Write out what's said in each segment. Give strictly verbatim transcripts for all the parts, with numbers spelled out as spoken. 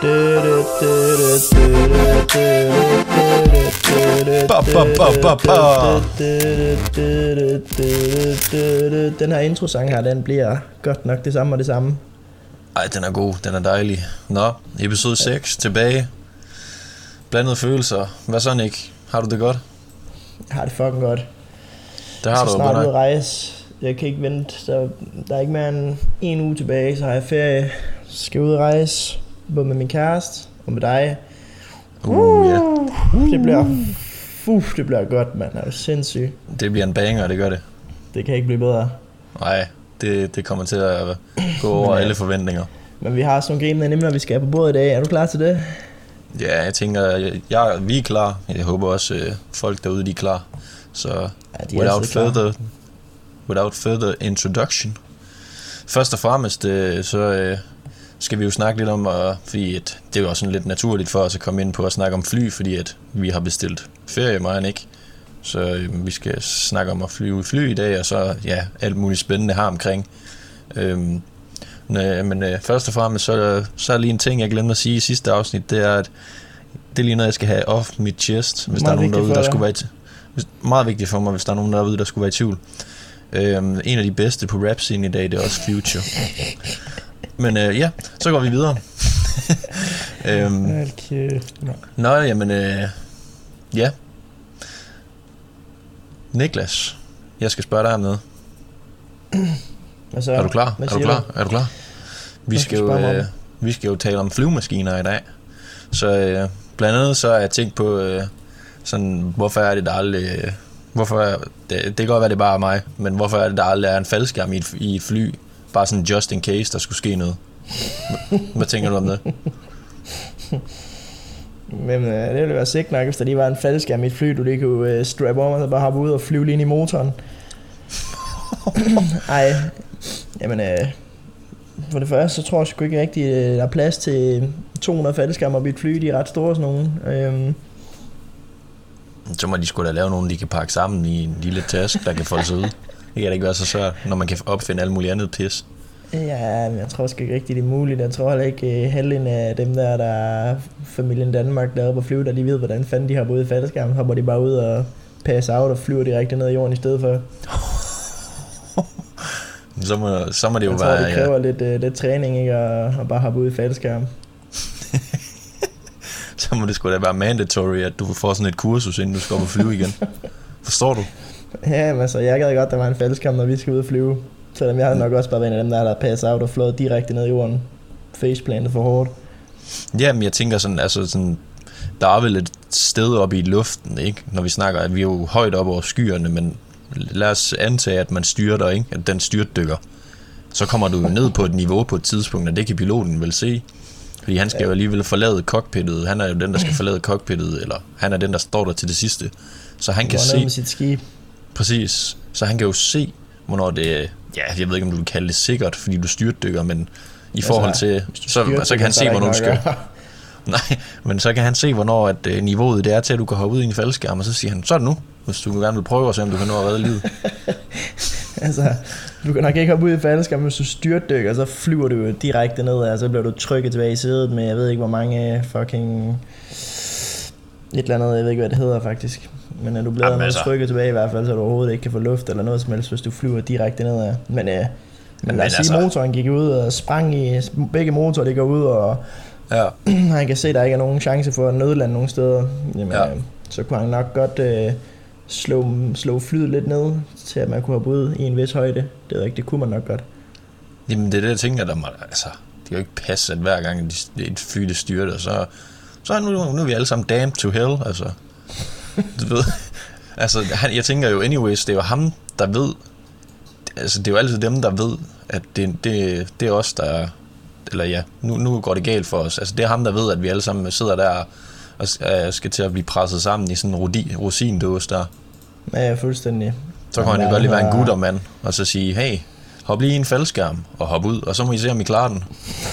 Den her introsang her, den bliver godt nok det samme og det samme. Ej, den er god, den er dejlig. Nå, episode seks, tilbage. Blandede følelser. Hvad så, Nick? Har du det godt? Jeg har det fucking godt. Det har så du jo snart ud at rejse. Jeg kan ikke vente. Der, der er ikke mere end en uge tilbage, så har jeg ferie. Så skal jeg ud at rejse. Både med min kæreste og med dig. Uh, ja. Uh, det bliver... Uh, det bliver godt, mand. Det er jo sindssygt. Det bliver en banger, det gør det. Det kan ikke blive bedre. Nej, det, det kommer til at gå over alle forventninger. Men vi har sådan nogle gribende emner, vi skal på bordet i dag. Er du klar til det? Ja, jeg tænker, jeg, jeg, vi er klar. Jeg håber også, øh, folk derude de er klar. Så ja, without further, without further introduction. Først og fremmest, øh, så øh, skal vi jo snakke lidt om, og, fordi at det er jo også sådan lidt naturligt for os at komme ind på at snakke om fly, fordi at vi har bestilt ferie, mig og Nick. Så øh, vi skal snakke om at flyve i fly i dag, og så ja, alt muligt spændende her omkring. Øhm, Næ, men øh, først og fremmest, så er, der, så er der lige en ting, jeg glemte at sige i sidste afsnit, det er, at det er lige noget, jeg skal have off mit chest, hvis meget der er nogen derude, der skulle være i tvivl. Meget vigtigt for mig, hvis der er nogen derude, der skulle være i tvivl. Øhm, en af de bedste på rap-scenen i dag, det er også Future. Men øh, ja, så går vi videre. øhm, okay. Nå, jamen, øh, ja. Niklas, jeg skal spørge dig om noget. Så, er du klar? Er du klar? Du? Er du klar? Vi skal, jo, øh, vi skal jo tale om flyvemaskiner i dag. Så øh, blandt andet så har jeg tænkt på øh, sådan, hvorfor er det der aldrig øh, hvorfor er, det, det kan godt være det bare er mig, men hvorfor er det der aldrig er en faldskærm i et, i et fly, bare sådan just in case der skulle ske noget. Hvad tænker du om det? Men øh, det ville være sikkert nok, hvis der lige var en faldskærm i et fly, du lige kunne øh, strap om, og så bare hoppe ud og flyve lige ind i motoren. Ej, jamen øh, for det første, så tror jeg sgu ikke rigtig, øh, der er plads til to hundrede faldskærmer op i et fly, de er ret store sådan nogle. Øhm. Så må de sgu da lave nogen, de kan pakke sammen i en lille taske, der kan folde sig ud. Det kan da ikke være så svært, når man kan opfinde alt muligt andet pis. Ja, men jeg tror sgu ikke rigtig, det er muligt. Jeg tror heller ikke, uh, halvdelen af dem der, der er familien Danmark, der er oppe og flyve, der lige ved, hvordan fanden de har både i faldskærmen, hopper de bare ud og passer out og flyver direkte ned i jorden i stedet for. Så må, så må det jo jeg være... Jeg tror, det kræver ja. lidt, uh, lidt træning, ikke, at, at bare hoppe ud i faldskærmen. Så må det sgu da være mandatory, at du får sådan et kursus, inden du skal op og flyve igen. Forstår du? Ja, men altså, jeg gad godt, der var en faldskærm, når vi skal ud og flyve. Selvom jeg havde nok også bare været en af dem der, der passer out og flået direkte ned i jorden. Faceplantet for hårdt. Jamen, jeg tænker sådan, altså sådan, der er vel et sted oppe i luften, ikke? Når vi snakker, at vi er jo højt op over skyerne, men lad os antage, at man styrter, ikke? At den styrtdykker. Så kommer du jo ned på et niveau på et tidspunkt, og det kan piloten vel se. Fordi han skal ja. jo alligevel forlade cockpittet. Han er jo den, der skal forlade cockpittet, eller han er den, der står der til det sidste. Så han kan se... med sit skib. Præcis. Så han kan jo se, hvornår det... Ja, jeg ved ikke, om du vil kalde det sikkert, fordi du styrtdykker, men i altså, forhold til... Så, så kan han se, hvornår du skal... Nej, men så kan han se, hvornår at, uh, niveauet det er til, at du kan hoppe ud i en faldskærm, og så siger han, så er det nu, hvis du gerne vil prøve at se, om du kan nå at redde livet. Altså, du kan nok ikke hoppe ud i faldskærm, hvis du styrtdykker, så flyver du direkte ned, og så bliver du trykket tilbage i sædet med, jeg ved ikke, hvor mange fucking... Et eller andet, jeg ved ikke, hvad det hedder faktisk. Men at du bliver noget altså. trykket tilbage i hvert fald, så du overhovedet ikke kan få luft eller noget som helst, hvis du flyver direkte nedad. Men, øh, men lad os sige, altså. motoren gik ud og sprang i begge motorer, det går ud, og ja. han kan se, at der ikke er nogen chance for at nødlande nogen steder. Jamen, ja. øh, så kunne han nok godt øh, slå, slå flyet lidt ned, til at man kunne hoppe ud i en vis højde. Det er ikke, det kunne man nok godt. Jamen det er det, jeg tænker, der må, altså, det kan jo ikke passe, at hver gang et fly det styrter, så, så er nu, nu er vi alle sammen damned to hell, altså. Du ved, altså han, jeg tænker jo anyways, det er jo ham, der ved, altså det er jo altid dem, der ved, at det, det, det er os, der, eller ja, nu, nu går det galt for os, altså det er ham, der ved, at vi alle sammen sidder der og skal til at blive presset sammen i sådan en rosindåse der. Ja, fuldstændig. Så kan han jo godt lige være en guttermand, og så sige, hey, hop lige i en faldskærm, og hop ud, og så må I se, om I klarer den.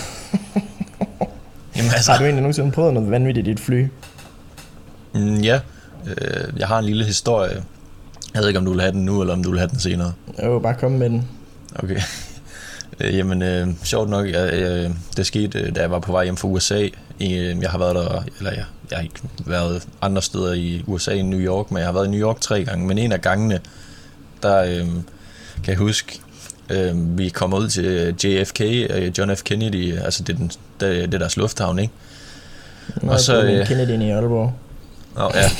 Jamen, altså. Har du egentlig nogensinde prøvet noget vanvittigt i dit fly? Mm, ja. Jeg har en lille historie. Jeg ved ikke, om du vil have den nu, eller om du vil have den senere. Jo, bare kom med den. Okay. Øh, jamen, øh, sjovt nok, jeg, øh, det skete, øh, da jeg var på vej hjem fra U S A. I, øh, jeg har været der, eller jeg, jeg har ikke været andre steder i U S A end New York, men jeg har været i New York tre gange. Men en af gangene, der øh, kan jeg huske, øh, vi kommer ud til J F K, øh, John F. Kennedy, altså det er, den, det, det er deres lufthavn, ikke? Nå, og så øh, Kennedy i Aalborg. Åh, ja.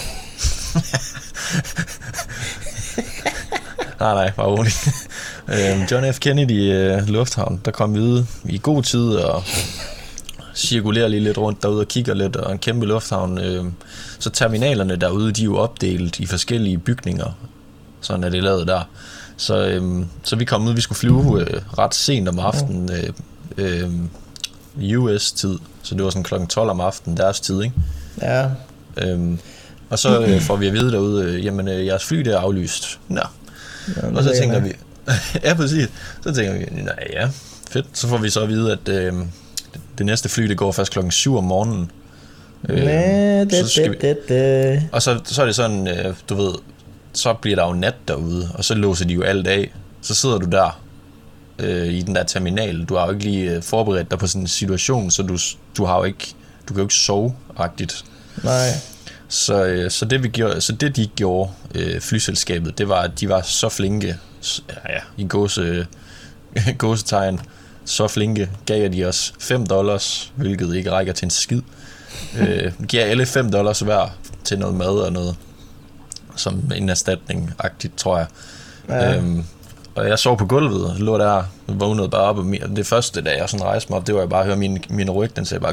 nej, nej, bare roligt. John F. Kennedy uh, lufthavn, der kom vi ud i god tid og cirkulerer lige lidt rundt derude og kigger lidt, og en kæmpe lufthavn. Uh, så terminalerne derude, de er jo opdelt i forskellige bygninger, sådan er det lavet der. Så, um, så vi kom ud, vi skulle flyve uh, ret sent om aftenen, uh, uh, U S-tid, så det var sådan klokken tolv om aftenen, deres tid, ikke? Ja. Um, og så uh, får vi at vide derude, uh, jamen uh, jeres fly det er aflyst. Nå. Ja, og så tænker vi, ja, præcis. Så tænker vi, nej ja, fedt. Så får vi så at vide, at øh, det næste fly, det går først klokken syv om morgenen. Øh, Næh, det, så det, det, det. Og så, så er det sådan, øh, du ved, så bliver der jo nat derude, og så låser de jo alt af. Så sidder du der øh, i den der terminal. Du har jo ikke lige øh, forberedt dig på sådan en situation, så du, du har jo ikke, du kan jo ikke sove-agtigt. Nej. Så, øh, så, det, vi gjorde, så det de gjorde, øh, flyselskabet, det var, at de var så flinke, ja, ja, i gåse, gåsetegn, så flinke, gav de os fem dollars, hvilket ikke rækker til en skid. øh, giver alle fem dollars hver til noget mad og noget, som en erstatning-agtigt, tror jeg. Ja. Øhm, og jeg sov på gulvet, lå der, vågnede bare op, og det første, da jeg sådan rejste mig op, det var jeg bare at høre min, min ryg, den sagde bare,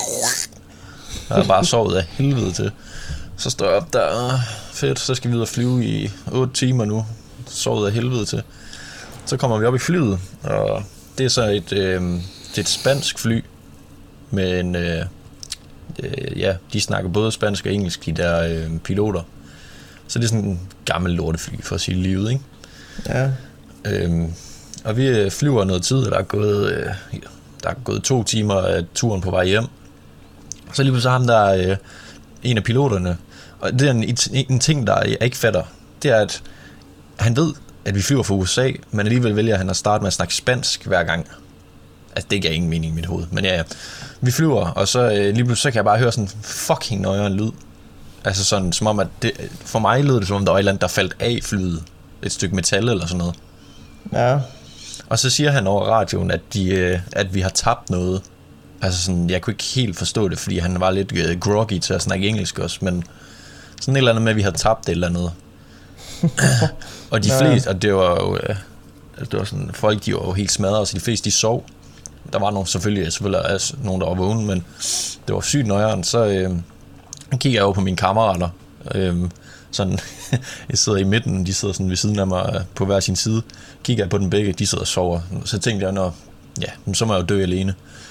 jeg havde bare sovet af helvede til. Så står jeg op der, fedt, så skal vi ud og flyve i otte timer nu, sovet af helvede til. Så kommer vi op i flyet, og det er så et, øh, det er et spansk fly, med en, øh, øh, ja, de snakker både spansk og engelsk, de der øh, piloter. Så det er sådan en gammel lortefly, for at sige livet, ikke? Ja. Øhm, og vi flyver noget tid, og der er gået, øh, der er gået to timer af turen på vej hjem. Så lige pludselig ham der øh, en af piloterne, og det er en, en ting, der jeg ikke fatter, det er, at han ved, at vi flyver fra U S A, men alligevel vælger han at starte med at snakke spansk hver gang. Altså, det giver ingen mening i mit hoved, men ja, ja. Vi flyver, og så øh, lige pludselig så kan jeg bare høre sådan fucking nøjere lyd. Altså sådan, som om, at det, for mig lød det som om, der var et eller andet, der faldt af flyet. Et stykke metal eller sådan noget. Ja. Og så siger han over radioen, at, de, øh, at vi har tabt noget. Altså sådan, jeg kunne ikke helt forstå det, fordi han var lidt øh, groggy til at snakke engelsk også, men sådan et eller andet med, at vi havde tabt det eller noget. Og de fleste, og det var jo, øh, det var sådan, folk de var jo helt smadret, så de fleste de sov. Der var nogle, selvfølgelig, selvfølgelig altså, nogen, der var vågne, men det var sygt nøjeren. Så øh, kigger jeg over på mine kammerater. Øh, sådan, jeg sidder i midten, de sidder sådan ved siden af mig på hver sin side. Kigger jeg på dem begge, de sidder og sover. Så tænkte jeg, nå, ja, så må jeg jo dø alene.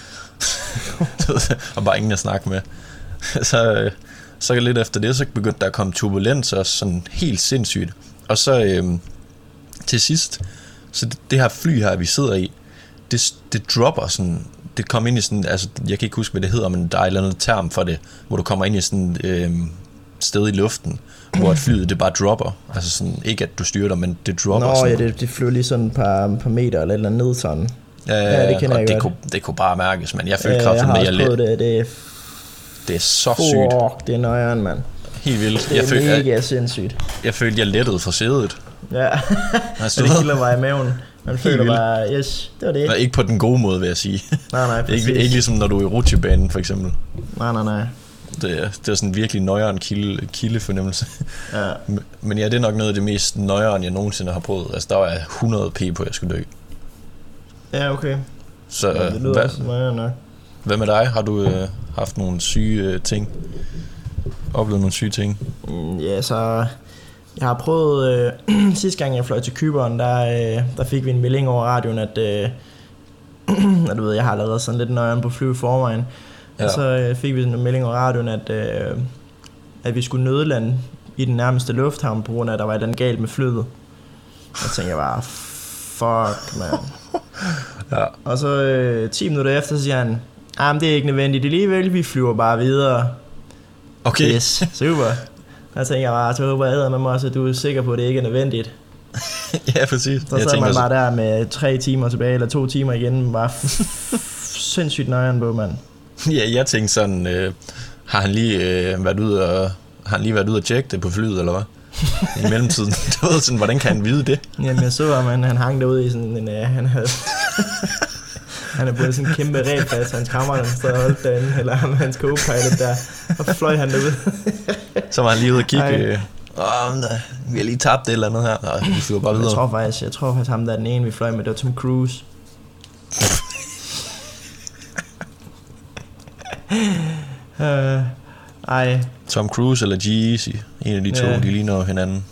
Og bare ingen at snakke med. Så, så lidt efter det, så begyndte der at komme turbulens også, sådan helt sindssygt. Og så øh, til sidst, så det, det her fly her, vi sidder i, det, det dropper sådan, det kommer ind i sådan, altså jeg kan ikke huske, hvad det hedder, men der er et eller andet term for det, hvor du kommer ind i sådan øh, sted i luften, hvor et flyet det bare dropper, altså sådan, ikke at du styrer dig, men det dropper. Nå, sådan. Ja, det, det flyver lige sådan et par, par meter eller et eller andet ned sådan. Ja, ja, det kender jeg det godt. Kunne, det kunne bare mærkes, men jeg følte ja, kraftigt med, at jeg let. Det, det, er det er så sygt. Fuck, det er nøjeren, mand. Helt vildt. Det er jeg følte, mega jeg, sindssygt. Jeg følte, jeg lettede fra sædet. Ja, altså, det kilder mig i maven. Man føler bare, yes, det var det. Nej, ikke på den gode måde, vil jeg sige. Nej, nej, præcis. ikke, ikke ligesom når du er i rutsjebanen, for eksempel. Nej, nej, nej. Det er, det er sådan virkelig nøjeren kilde, kildefornemmelse. Ja. Men ja, det er nok noget af det mest nøjeren, jeg nogensinde har prøvet. Altså, der var jeg hundrede p på, at jeg skulle dø. Ja, okay. Så, ja, det lyder hvad, også nøjeren nok. Hvad med dig? Har du øh, haft nogle syge øh, ting? Oplevet nogle syge ting? Mm, ja, så... Jeg har prøvet... Øh, sidste gang jeg fløj til Cypern, der, øh, der fik vi en melding over radioen, at... Øh, at du ved, jeg har allerede sådan lidt nøjeren på fly i forvejen. Ja. Og så øh, fik vi en melding over radioen, at, øh, at vi skulle nødlande i den nærmeste lufthavn, på grund af, at der var et eller andet galt med flyet. Og tænkte jeg bare, fuck, man. Ja. Og så øh, ti minutter efter, så siger han, ah, men det er ikke nødvendigt alligevel, vi flyver bare videre. Okay. Yes, super. Og så tænker jeg bare, så håber jeg med mig også, at du er sikker på, at det ikke er nødvendigt. Ja, præcis. Så sad man bare der med tre timer tilbage, eller to timer igen, bare sindssygt nøjeren på, mand. Ja, jeg tænkte sådan, øh, har han lige øh, været ude og har han lige været ude og tjekke det på flyet, eller hvad? I mellemtiden. Du ved sådan, hvordan kan han vide det? Jamen, jeg så, at han, han hang derude i sådan en, uh, han havde, han havde både sådan en kæmpe ræbfast, hans kammerat, han stod og holdt derinde, eller hans co-pilot der, og fløj han derude. Så var han lige ude og kigge, øh, åh, nej, vi har lige tabt det eller andet her. Nej, vi flyver bare videre. Jeg tror faktisk, jeg tror faktisk ham der er den ene, vi fløj med, det var Tom Cruise. uh, ej. Tom Cruise eller G-Eazy, en af de to, ja. De ligner hinanden.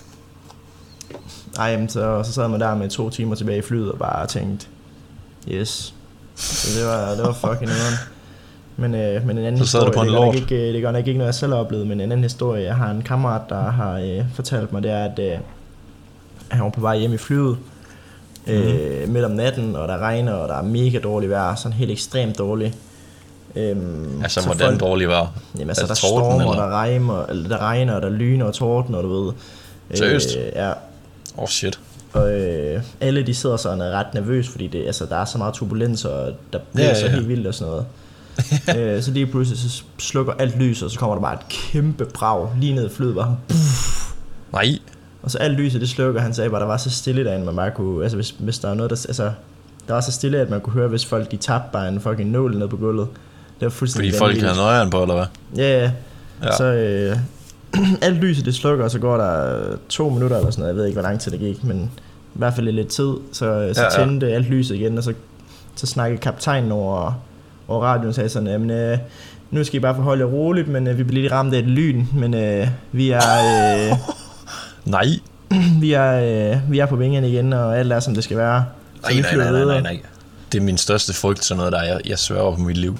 Ej, så, så sad man der med to timer tilbage i flyet og bare tænkte, yes. Så det var, det var fucking nederen. Men, øh, men en anden så historie, det, det, ikke, det gør nok ikke noget, jeg selv har oplevet, men en anden historie, jeg har en kammerat, der har øh, fortalt mig, det er, at øh, han var på vej hjem i flyet øh, mm-hmm. midt om natten, og der regner, og der er mega dårligt vejr, sådan helt ekstremt dårligt. Øhm, altså, hvordan folk, dårligt vejr? Jamen, altså, altså der stormer, og der regner, eller der regner, og der lyner og torden, og du ved. Seriøst? Øh, ja. Oh shit. Og øh, alle de sidder sådan og er ret nervøs, fordi det, altså, der er så meget turbulens, og der bliver ja, ja, ja. så helt vildt og sådan noget. øh, så lige pludselig så slukker alt lys, og så kommer der bare et kæmpe brag lige ned i flyet, bare nej. Og så alt lyset det slukker, han sagde bare, der var så stille derinde, man bare kunne, altså hvis, hvis der er noget, der, altså der var så stille, at man kunne høre, hvis folk de tabte bare en fucking nål ned på gulvet. Det var fuldstændig fordi folk havde nøjeren på, eller hvad? Ja, ja. ja. Så øh, alt lyset det slukker, og så går der to minutter eller sådan noget, jeg ved ikke, hvor lang tid det gik, men i hvert fald lidt tid, så, så ja, tændte ja. alt lyset igen, og så, så snakkede kaptajnen over og radioen sagde sådan, jamen øh, nu skal I bare forholde jer roligt, men øh, vi bliver lige ramt af et lyn, men øh, vi er øh, nej, vi er øh, vi er på vingerne igen, og alt er som det skal være. Nej, nej, nej, nej, nej, nej. Det er min største frygt, sådan noget der, jeg, jeg sværger på mit liv.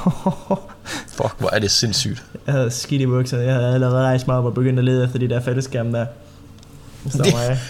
Fuck, hvor er det sindssygt. Jeg havde skidt i bukserne, jeg havde allerede rejst mig op og begyndt at lede efter de der fællesskærme der. Det står mig.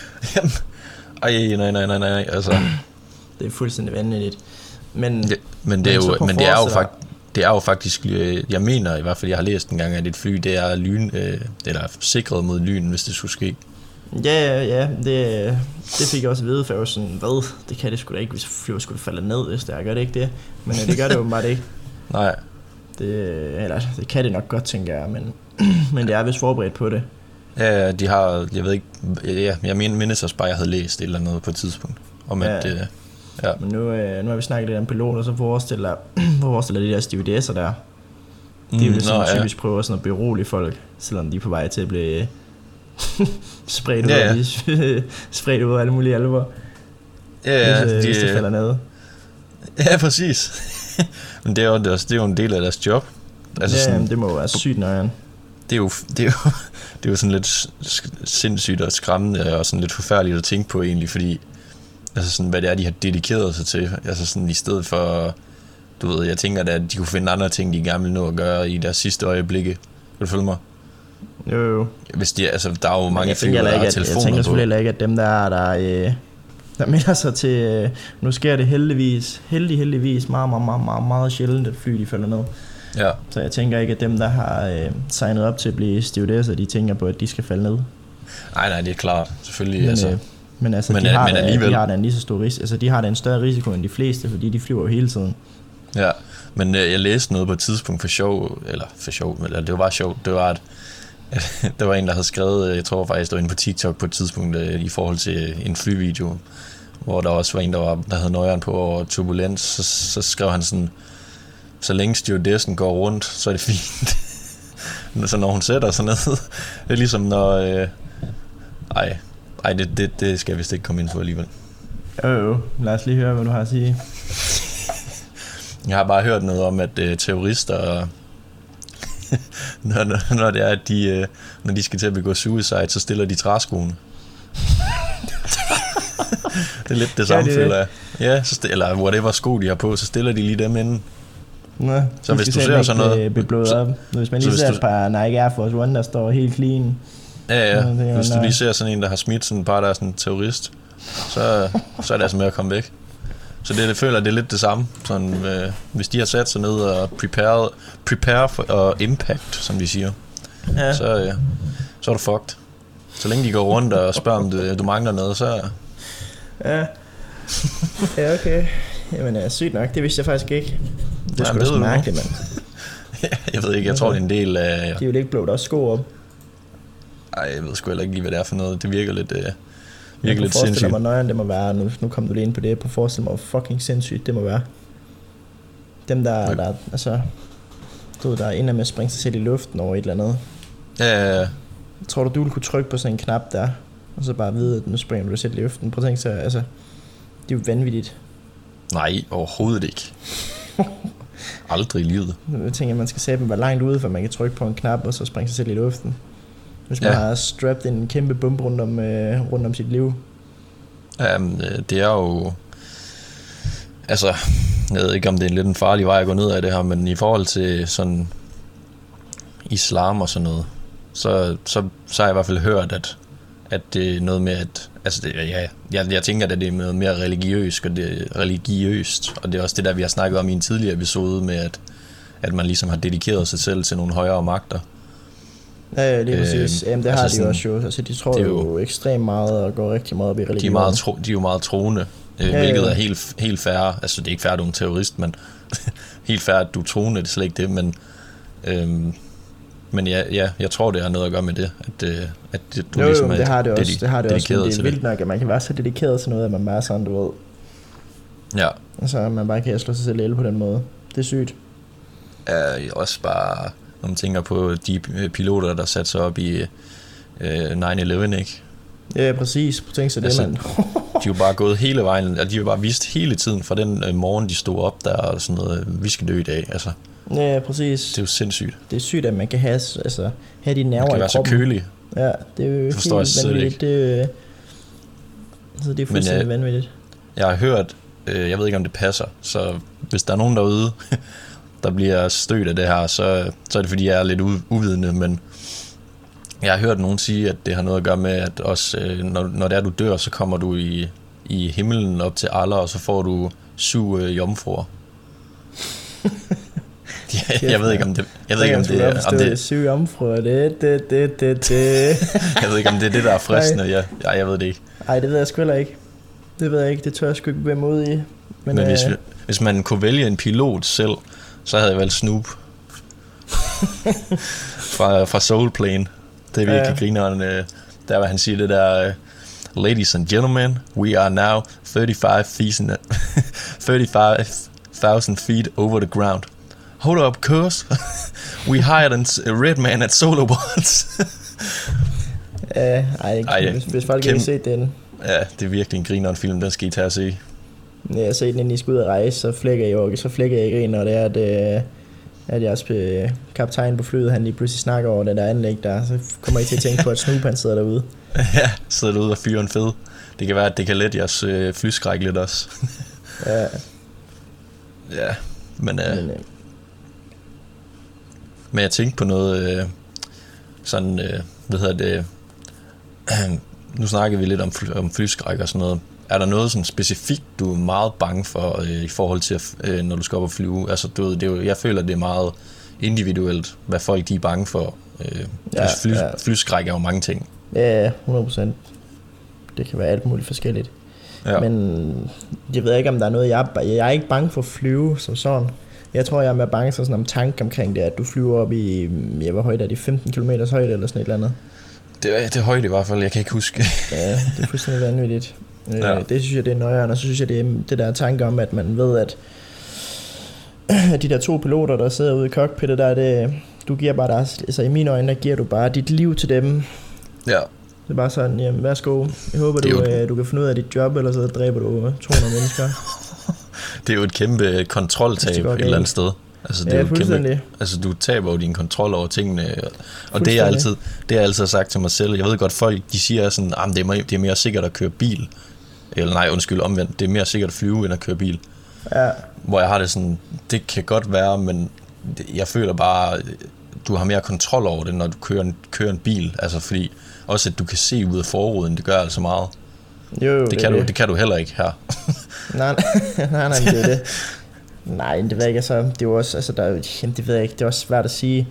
Ej, nej, nej, nej, nej, altså. Det er fuldstændig vanvittigt. Men, det, men det er jo, men det er jo faktisk, det er jo faktisk, jeg mener i hvert fald, jeg har læst en gang, at et fly, det er lyn, øh, eller sikret mod lyn, hvis det skulle ske. Ja, ja, det, det fik jeg også at vide, for jeg var sådan, hvad, det kan det sgu da ikke, hvis flyet skulle falde ned, hvis det er, gør det ikke det? Men det gør det jo bare ikke. Nej. Det, eller, det kan det nok godt, tænker jeg, men, men det er vist forberedt på det. Ja, de har, jeg ved ikke, ja, jeg mindes også bare, jeg havde læst et eller andet på et tidspunkt, om ja. at, øh, ja. Men nu, øh, nu har vi snakket lidt om piloter, så forestiller, forestiller de der stewardesser der. De er jo ligesom typisk ja. prøver sådan at berolige folk, selvom de er på vej til at blive spredt ud, ja, ja. spredt ud af alle mulige alvor. Ja, ja, hvis, de, hvis det falder ned. Ja, præcis. Men det er, jo, det er jo en del af deres job. Altså ja, sådan, det må jo være sygt nøjeren. Det er jo, det er jo, det er jo sådan lidt sindssygt og skræmmende og sådan lidt forfærdeligt at tænke på egentlig, fordi altså sådan, hvad det er, de har dedikeret sig til. Altså sådan i stedet for, du ved, jeg tænker da, at de kunne finde andre ting, de gerne vil nå at gøre i deres sidste øjeblikke. Kan du følge mig? Jo, jo. Hvis de, altså, der er jo mange flyver, der har telefoner på. Jeg tænker selvfølgelig ikke, at dem der er, der, øh, der melder sig til, øh, nu sker det heldigvis, heldig, heldigvis meget, meget, meget, meget, meget sjældent, at fly de falder ned. Ja. Så jeg tænker ikke, at dem, der har øh, signet op til at blive stewardesser, de tænker på, at de skal falde ned. Nej, nej, det er klart, selvfølgelig. Men, altså. øh, men altså, men, de, har men da, de har da en lige så stor risiko, altså de har da en større risiko end de fleste, fordi de flyver jo hele tiden. Ja, men øh, jeg læste noget på et tidspunkt for sjov, eller for sjov, eller det var bare sjovt, det var at der var en, der havde skrevet, jeg tror faktisk, det var inde på TikTok på et tidspunkt, øh, i forhold til en flyvideo, hvor der også var en, der, var, der havde nøjeren på over turbulens, så, så skrev han sådan, så længe stewardessen går rundt, så er det fint. Så når hun sætter sig ned, det er ligesom når, øh, ej, ej det, det, det skal jeg vist ikke komme ind på alligevel. Jo jo, lad os lige høre, hvad du har at sige. Jeg har bare hørt noget om, at øh, terrorister, når, når det er, at de, øh, når de skal til at begå suicide, så stiller de træskoene. Det er lidt det samme, føler jeg. Ja, så st- eller whatever sko de har på, så stiller de lige dem inden. Nå, så hvis du ser sådan noget, så, op. Hvis man lige ser et par Nike Air Force One, der står helt clean. Ja, ja. Nå, hvis du lige ser sådan en, der har smidt sådan et par, der er sådan en terrorist, så, så er det altså med at komme væk. Så det, jeg føler, det er lidt det samme. Sådan, øh, hvis de har sat sig ned og prepare, prepare for uh, impact, som de siger, ja. så, øh, så er du fucked. Så længe de går rundt og spørger, om du, du mangler noget, så... Ja. Ja, okay. Jamen, ja, sygt nok. Det vidste jeg faktisk ikke. Det er sgu også mærkeligt, mand. Jeg ved ikke, jeg tror, det er en del af... De vil ikke blå også sko op. Ej, jeg ved sgu heller ikke lige, hvad det er for noget. Det virker lidt, uh, virker lidt sindssygt. Jeg forestiller mig nøjeren, det må være. Nu, nu kom du lige ind på det. På forestille mig, hvor fucking sindssygt det må være. Dem, der, der altså... Du ved, der ender med at springe sig selv i luften over et eller andet. Ja, ja, ja. Tror du, du ville kunne trykke på sådan en knap der, og så bare vide, at nu springer du dig selv i luften? Prøv at tænke sig, altså... Det er jo vanvittigt. Nej, overhovedet ikke. Aldrig i livet. Jeg tænker, at man skal sætte dem være langt ude, for man kan trykke på en knap, og så springe sig selv i luften. Hvis man ja. har strappet en kæmpe bombe rundt om, øh, rundt om sit liv. Jamen, det er jo... Altså, jeg ved ikke, om det er en lidt en farlig vej at gå ned af det her, men i forhold til sådan islam og sådan noget, så, så, så har jeg i hvert fald hørt, at, at det er noget med, at... Altså, det, ja, jeg, jeg tænker, at det er noget mere religiøst, og det er religiøst, og det er også det der, vi har snakket om i en tidligere episode, med at, at man ligesom har dedikeret sig selv til nogle højere magter. Ja, ja, lige præcis. Øh, Jamen, det har altså de jo også jo. Altså, de tror jo, jo ekstremt meget og går rigtig meget op i religion. De er, meget tro, de er jo meget troende, øh, ja, hvilket ja. er helt, helt fair. Altså, det er ikke fair, at du er en terrorist, men helt fair, at du er troende, det er slet ikke det, men... Øhm, men ja, ja, jeg tror, det har noget at gøre med det, at, at du jo, ligesom jo, det har det også, dedi- det har det også, men det er vildt det. nok, at man kan være så dedikeret til noget, at man bare er sådan, du ved. Ja. Altså, man bare kan slå sig selv ihjel på den måde. Det er sygt. Ja, også bare, når man tænker på de piloter, der satte sig op i øh, nine eleven, ikke? Ja, præcis. Tænk sig altså, det, mand. De er jo bare gået hele vejen, altså, de har bare vist hele tiden fra den øh, morgen, de stod op der, og sådan noget, vi skal dø i dag, altså. Ja, præcis. Det er jo sindssygt. Det er sygt, at man kan have, altså, have de nerver i kroppen. Man kan være så kølig. Ja, det er jo forstår helt vanvittigt. Det er, så det er fuldstændig Men, jeg, vanvittigt. Jeg har hørt, øh, jeg ved ikke, om det passer, så hvis der er nogen derude, der bliver stødt af det her, så, så er det, fordi jeg er lidt u- uvidende, men jeg har hørt nogen sige, at det har noget at gøre med, at også, øh, når, når det er, du dør, så kommer du i, i himlen op til Allah, og så får du syv øh, jomfruer. Ja, jeg ved ikke om det jeg ved ikke om det er om det syv jomfruer det det det det det jeg ved ikke om det er det der er fristende. Ja, ja, jeg ved det ikke. Nej, det ved jeg sgu heller ikke. Det ved jeg ikke. Det tør jeg sgu ikke være mod i. Men, Men hvis, øh... hvis man kunne vælge en pilot selv, så havde jeg valgt Snoop fra fra Soul Plane. Det er virkelig ja. Grineren, øh, der hvor han siger det der: Ladies and gentlemen, we are now thirty-five thousand feet over the ground. Hold up, cuz. We hired a red man at Solar Bonds. Ja, ej, ej, hvis, hvis folk ikke har set den. Ja, det er virkelig en grineren film, den skal I tage at se. Ja, jeg har set den, inden I skal ud og rejse, så flækker jeg jo, så flækker jeg i grin, og det er, at, at jeres kaptajn på flyet, han lige pludselig snakker over det der anlæg der, så kommer I til at tænke på, at Snoop han sidder derude. Ja, sidder derude og fyrer en fed. Det kan være, at det kan lette jeres øh, flyskræk lidt også. Ja. Ja, men... Øh, men øh, Men jeg tænkte på noget øh, sådan, øh, hvad hedder det, øh, nu snakker vi lidt om, fly, om flyskræk og sådan noget. Er der noget sådan specifikt, du er meget bange for øh, i forhold til, øh, når du skal op og flyve? Altså, du ved, det er jo, jeg føler, det er meget individuelt, hvad folk de er bange for. Øh, ja, altså, fly, ja. Flyskræk er jo mange ting. Ja, hundrede procent. Det kan være alt muligt forskelligt. Ja. Men jeg ved ikke, om der er noget, jeg er, jeg er ikke bange for at flyve som sådan. Jeg tror, jeg er mere bange for sådan om tanke omkring det, at du flyver op i, ja, hvor højt er det, femten kilometer højde eller sådan et eller andet? Det er, det er højt i hvert fald, jeg kan ikke huske. Ja, det er fuldstændig vanvittigt. Ja. Det synes jeg, det er nøjere, og så synes jeg, det er det der tanke om, at man ved, at de der to piloter, der sidder ude i cockpittet der, det, du giver bare deres, altså i mine øjne, der giver du bare dit liv til dem. Ja. Det er bare sådan, jamen værsgo, jeg håber, du, jo... du kan finde ud af dit job, eller så dræber du to hundrede mennesker. Det er jo et kæmpe kontroltab et eller andet sted. Altså, det ja, er jo kæmpe, altså du taber jo din kontrol over tingene. Og det er altid, det har jeg altid sagt til mig selv. Jeg ved godt, folk de siger sådan, at det er, mere, det er mere sikkert at køre bil. Eller nej, undskyld, omvendt. Det er mere sikkert at flyve, end at køre bil. Ja. Hvor jeg har det sådan, det kan godt være, men jeg føler bare, du har mere kontrol over det, når du kører en, kører en bil. Altså fordi, også at du kan se ud af forruden, det gør altså meget. Jo, jo, det, det, kan det. Du, det kan du heller ikke her. nej, nej, nej, nej, det er det. Nej, det ved jeg ikke, altså, det er jo også, altså, der, jamen, det ved jeg ikke, det er også svært at sige.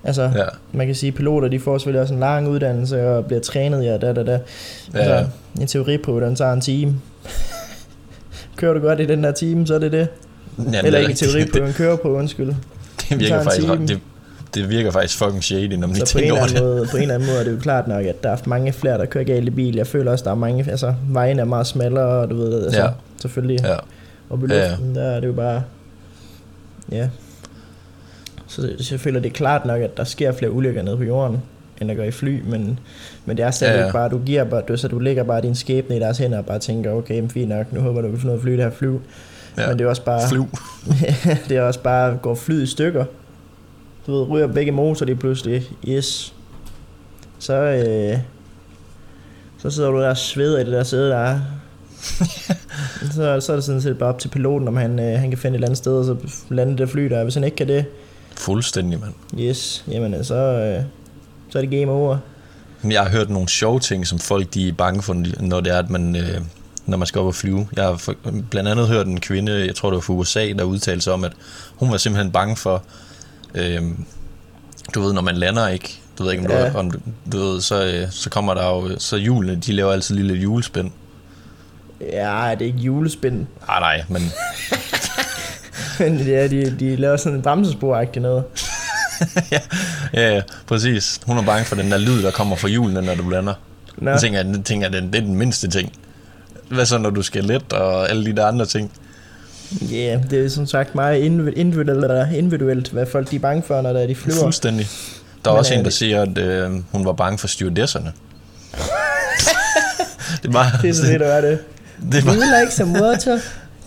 Altså, ja. man kan sige, at piloter, de får selvfølgelig også en lang uddannelse og bliver trænet, ja, da, da, da. Altså, ja. en teoriprøve, den tager en time. Kører du godt i den der time, så er det det. Jamen, Eller ikke teoriprøven, kører på, undskyld. Det virker faktisk, det, det virker faktisk fucking shady, når man lige tænker over det. Måde, på en eller anden måde er det jo klart nok, at der er mange flere, der kører galt i bil. Jeg føler også, der er mange, altså vejen er meget smallere, og du ved, altså, ja. selvfølgelig. Ja. Og på luften, ja. Der er det jo bare, ja. Så, så jeg føler, det er klart nok, at der sker flere ulykker nede på jorden, end der gør i fly, men, men det er stadig ja, ja. bare, du giver bare, du, så du lægger bare din skæbne i deres hænder og bare tænker, okay, men fint nok, nu håber du, du kan få noget at flyve det her fly. Ja. Men det er også bare, flyv. det er også bare, går flyet i stykker. Du ved, ryger begge motor lige pludselig, yes. Så, øh, så sidder du der og sveder i det der sæde der. så, så er det sådan set bare op til piloten, om han, øh, han kan finde et eller andet sted, og så lande det fly der. Hvis han ikke kan det, fuldstændig, mand. Yes, jamen så, øh, så er det game over. Jeg har hørt nogle sjove ting, som folk de er bange for, når det er, at man, øh, når man skal op og flyve. Jeg har for, blandt andet hørt en kvinde, jeg tror det var fra U S A, der udtalte sig om, at hun var simpelthen bange for, øh, du ved, når man lander ikke, du ved ikke, om, ja. du, om du ved, så, øh, så kommer der jo, så hjulene, de laver altid lille julespænd. Ja, det er ikke julespind. Ah, nej, men... men ja, de, de laver sådan en bremsespor-agtig noget. ja, ja, ja, præcis. Hun er bange for den der lyd, der kommer fra hjulene, når du lander. No. Jeg tænker, jeg tænker det, det er den mindste ting. Hvad så, når du skal let og alle de der andre ting? Ja, yeah, det er som sagt meget individuelt, individuelt, hvad folk de er bange for, når de flyver. Fuldstændig. Der er men, også en, der siger, at øh, hun var bange for stewardesserne. det er bare... Det er sådan det, der er det. Det var like some water.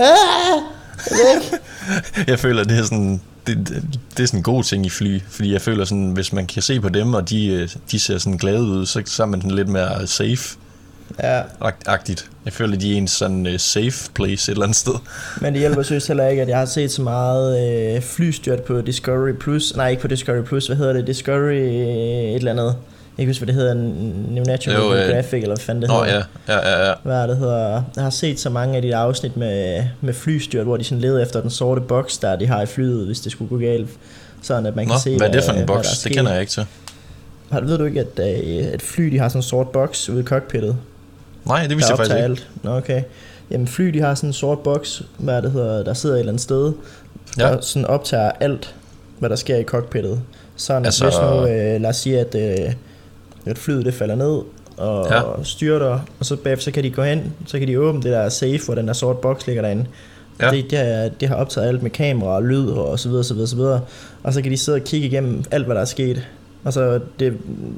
Jeg føler, det er sådan... Det, det, det er sådan en god ting i fly, fordi jeg føler sådan, hvis man kan se på dem, og de, de ser sådan glade ud, så, så er man sådan lidt mere safe. Ja. Agtigt. Jeg føler, de er en sådan uh, safe place et eller andet sted. Men det hjælper synes heller ikke, at jeg har set så meget øh, flystyrt på Discovery Plus. Nej, ikke på Discovery Plus. Hvad hedder det? Discovery øh, et eller andet. Jeg kan huske, hvad det hedder. New Natural jo, Geographic, øh, eller hvad fanden det nå, hedder. Ja, ja, ja. Hvad det hedder. Jeg har set så mange af de der afsnit med, med flystyrt, hvor de sådan leder efter den sorte boks, der de har i flyet, hvis det skulle gå galt. Sådan at man kan nå, se, hvad er det for en boks? Det kender jeg ikke til. Har du ved du ikke, at, at fly de har sådan en sort boks ude i cockpittet? Nej, det vidste jeg faktisk ikke. Alt. Nå, okay. Jamen fly, de har sådan en sort boks, hvad det hedder, der sidder et eller andet sted, der ja. sådan optager alt, hvad der sker i cockpittet. Sådan altså, hvis nu, øh, lad os sige, at, øh, at flyet det falder ned og ja. styrter, og så bagefter så kan de gå hen, så kan de åbne det der safe, hvor den der sort boks ligger derinde. Ja. Det, det, har, det har optaget alt med kamera og lyd og så videre, så videre, så videre. Og så kan de sidde og kigge igennem alt, hvad der er sket. Og så det...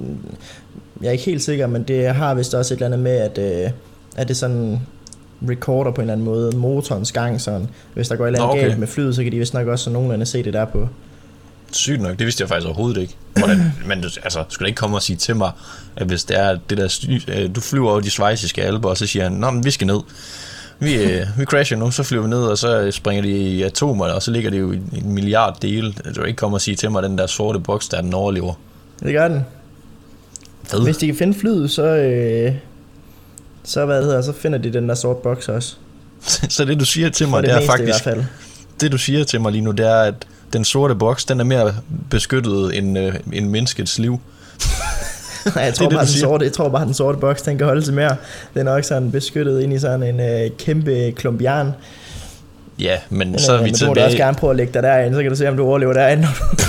Jeg er ikke helt sikker, men det har vist også et eller andet med, at, øh, at det sådan recorder på en eller anden måde motorens gang, sådan. Hvis der går et eller andet okay. galt med flyet, så kan de vist nok også nogenlunde se det der på. Sygt nok, det vidste jeg faktisk overhovedet ikke. Hvordan, men du, altså, skulle du ikke komme og sige til mig, at hvis det er det der, du flyver over de schweiziske alper, og så siger han, nå, men vi skal ned. Vi, øh, vi crasher nu, så flyver vi ned, og så springer de i atomer, og så ligger det jo i en milliard dele. Du ikke komme og sige til mig, at den der sorte boks, der den overlever. Det gør den. Fed. Hvis de kan finde flyet, så, øh, så, hvad det hedder, så finder de den der sorte boks også. Så det du siger til mig, det, det er faktisk, det du siger til mig lige nu, det er, at den sorte boks, den er mere beskyttet end, øh, end menneskets liv. Nej, jeg tror, det, bare, det, den sorte, jeg tror bare, den sorte boks, den kan holde sig mere. Den er også sådan beskyttet ind i sådan en øh, kæmpe klump jern. Ja, men den, så er vi men tilbage... du må også gerne prøve at lægge dig derind, så kan du se, om du overlever derinde.